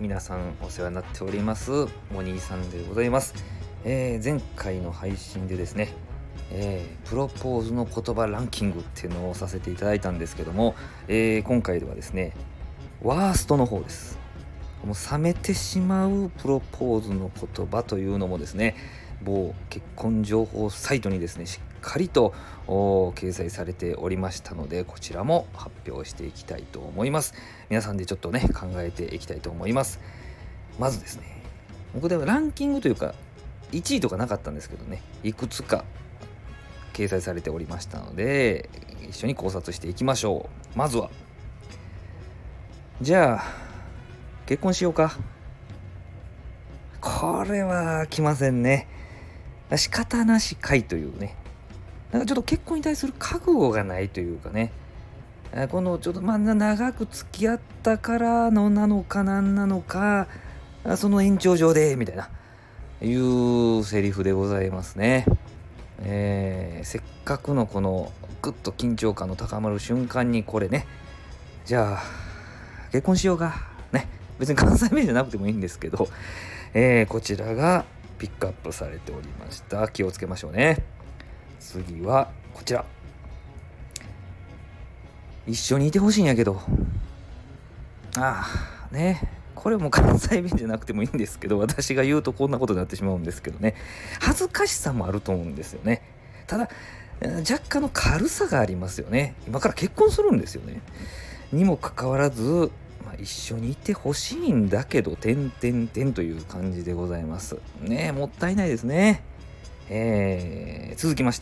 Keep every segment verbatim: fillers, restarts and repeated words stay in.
皆さんお世話になっておりますお兄さんでございます。えー、前回の配信でですね、えー、プロポーズの言葉ランキングっていうのをさせていただいたんですけども、えー、今回ではですねワーストの方です。もう冷めてしまうプロポーズの言葉というのもですね、某結婚情報サイトにですねしっかりと掲載されておりましたので、こちらも発表していきたいと思います。皆さんでちょっとね考えていきたいと思います。まずですね、僕ではランキングというかいちいとかなかったんですけどね、いくつか掲載されておりましたので一緒に考察していきましょう。まずはじゃあ結婚しようか。これは来ませんね。仕方なしかいというね、なんかちょっと結婚に対する覚悟がないというかね、このちょっとまあ長く付き合ったからのなのかなんなのか、その延長上でみたいないうセリフでございますね。えー、せっかくのこのぐっと緊張感の高まる瞬間にこれね、じゃあ結婚しようかね、別に関西弁じゃなくてもいいんですけど、えー、こちらがピックアップされておりました。気をつけましょうね。次はこちら、一緒にいてほしいんやけど、ああね、これも関西弁じゃなくてもいいんですけど、私が言うとこんなことになってしまうんですけどね、恥ずかしさもあると思うんですよね。ただ若干の軽さがありますよね。今から結婚するんですよね。にもかかわらず、まあ、一緒にいてほしいんだけど点々点という感じでございますね。もったいないですね。えー、続きまして、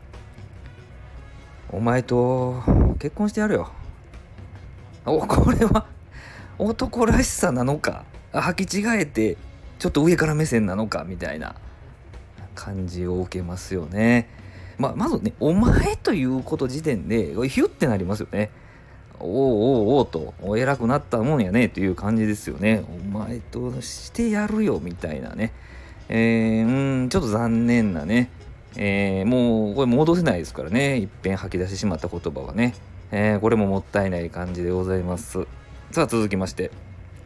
お前と結婚してやるよ。お、これは男らしさなのか、履き違えてちょっと上から目線なのかみたいな感じを受けますよね。まあ、まずね、お前ということ時点でヒュッてなりますよね。おうおうおうと偉くなったもんやねという感じですよね。お前としてやるよみたいなね、えー、うんちょっと残念なね、えー、もうこれ戻せないですからね、いっぺん吐き出してしまった言葉はね、えー、これももったいない感じでございます。さあ続きまして、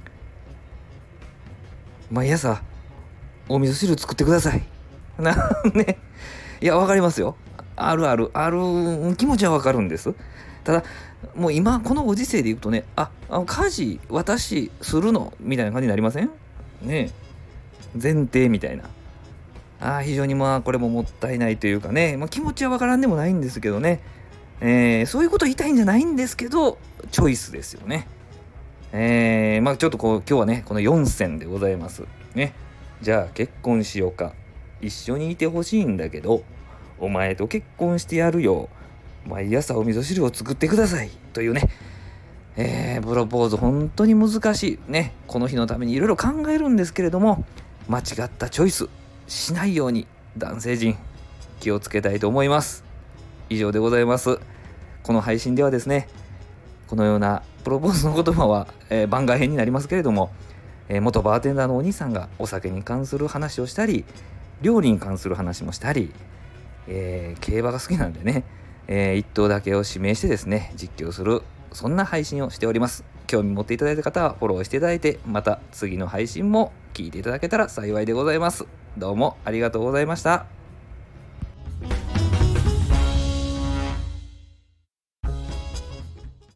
毎朝お味噌汁作ってくださいなね、いやわかりますよ、あるあるある気持ちはわかるんです。ただもう今このご時世で言うとね、あ、あ家事私するのみたいな感じになりませんね。前提みたいな、あ非常にまあこれももったいないというかね、まあ、気持ちはわからんでもないんですけどね、えー、そういうこと言いたいんじゃないんですけどチョイスですよね。えー、まあちょっとこう今日はねこのよん選でございますね。じゃあ結婚しようか、一緒にいてほしいんだけどお前と結婚してやるよ、毎朝お味噌汁を作ってくださいというね、えー、プロポーズ本当に難しいね。この日のためにいろいろ考えるんですけれども、間違ったチョイスしないように男性陣気をつけたいと思います。以上でございます。この配信ではですね、このようなプロポーズの言葉は、えー、番外編になりますけれども、えー、元バーテンダーのお兄さんがお酒に関する話をしたり、料理に関する話もしたり、えー、競馬が好きなんでね、えー、一頭だけを指名してですね実況する、そんな配信をしております。興味持っていただいた方はフォローしていただいて、また次の配信も聞いていただけたら幸いでございます。どうもありがとうございました。